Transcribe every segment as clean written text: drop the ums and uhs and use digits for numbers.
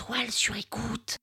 toile sur écoute.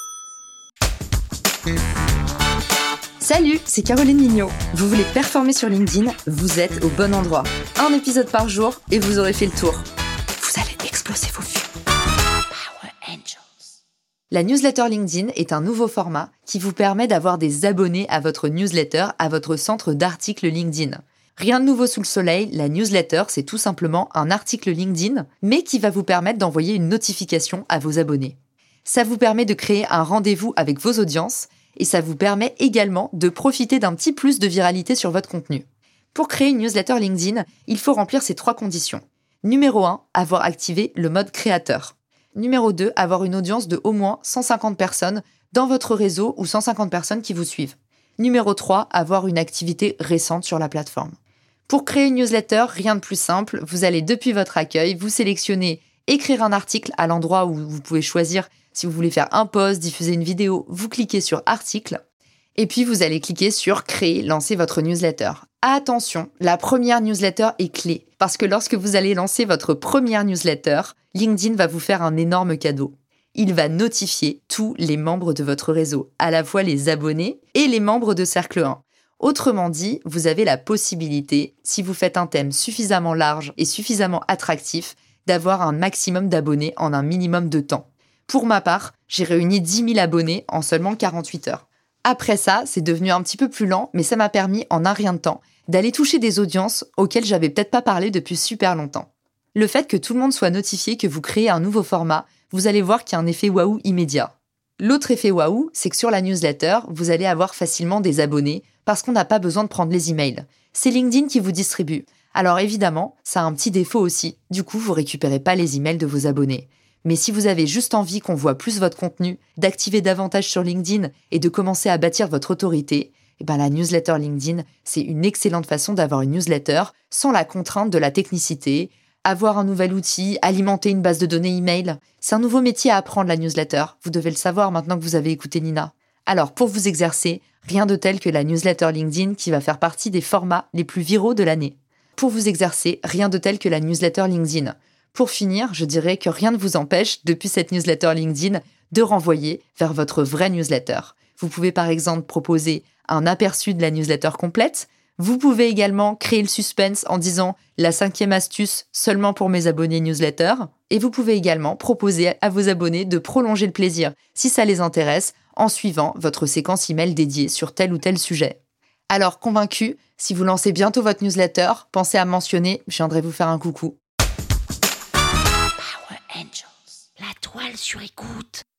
Salut, c'est Caroline Mignot. Vous voulez performer sur LinkedIn? Vous êtes au bon endroit. Un épisode par jour et vous aurez fait le tour. Vous allez exploser vos vues. Power Angels. La newsletter LinkedIn est un nouveau format qui vous permet d'avoir des abonnés à votre newsletter, à votre centre d'articles LinkedIn. Rien de nouveau sous le soleil, la newsletter, c'est tout simplement un article LinkedIn, mais qui va vous permettre d'envoyer une notification à vos abonnés. Ça vous permet de créer un rendez-vous avec vos audiences et ça vous permet également de profiter d'un petit plus de viralité sur votre contenu. Pour créer une newsletter LinkedIn, il faut remplir ces 3 conditions. Numéro 1, avoir activé le mode créateur. Numéro 2, avoir une audience de au moins 150 personnes dans votre réseau ou 150 personnes qui vous suivent. Numéro 3, avoir une activité récente sur la plateforme. Pour créer une newsletter, rien de plus simple, vous allez depuis votre accueil, vous sélectionnez écrire un article à l'endroit où vous pouvez choisir si vous voulez faire un post, diffuser une vidéo, vous cliquez sur article et puis vous allez cliquer sur créer, lancer votre newsletter. Attention, la première newsletter est clé parce que lorsque vous allez lancer votre première newsletter, LinkedIn va vous faire un énorme cadeau. Il va notifier tous les membres de votre réseau, à la fois les abonnés et les membres de Cercle 1. Autrement dit, vous avez la possibilité, si vous faites un thème suffisamment large et suffisamment attractif, d'avoir un maximum d'abonnés en un minimum de temps. Pour ma part, j'ai réuni 10 000 abonnés en seulement 48 heures. Après ça, c'est devenu un petit peu plus lent, mais ça m'a permis, en un rien de temps, d'aller toucher des audiences auxquelles j'avais peut-être pas parlé depuis super longtemps. Le fait que tout le monde soit notifié que vous créez un nouveau format, vous allez voir qu'il y a un effet waouh immédiat. L'autre effet waouh, c'est que sur la newsletter, vous allez avoir facilement des abonnés parce qu'on n'a pas besoin de prendre les emails. C'est LinkedIn qui vous distribue. Alors évidemment, ça a un petit défaut aussi. Du coup, vous récupérez pas les emails de vos abonnés. Mais si vous avez juste envie qu'on voit plus votre contenu, d'activer davantage sur LinkedIn et de commencer à bâtir votre autorité, la newsletter LinkedIn, c'est une excellente façon d'avoir une newsletter sans la contrainte de la technicité, avoir un nouvel outil, alimenter une base de données email. C'est un nouveau métier à apprendre, la newsletter. Vous devez le savoir maintenant que vous avez écouté Nina. Alors, pour vous exercer, rien de tel que la newsletter LinkedIn qui va faire partie des formats les plus viraux de l'année. Pour vous exercer, rien de tel que la newsletter LinkedIn. Pour finir, je dirais que rien ne vous empêche, depuis cette newsletter LinkedIn, de renvoyer vers votre vraie newsletter. Vous pouvez par exemple proposer un aperçu de la newsletter complète. Vous pouvez également créer le suspense en disant « la 5e astuce seulement pour mes abonnés newsletter ». Et vous pouvez également proposer à vos abonnés de prolonger le plaisir, si ça les intéresse, en suivant votre séquence email dédiée sur tel ou tel sujet. Alors, convaincu, si vous lancez bientôt votre newsletter, pensez à me mentionner, je viendrai vous faire un coucou. Power Angels. La toile sur écoute.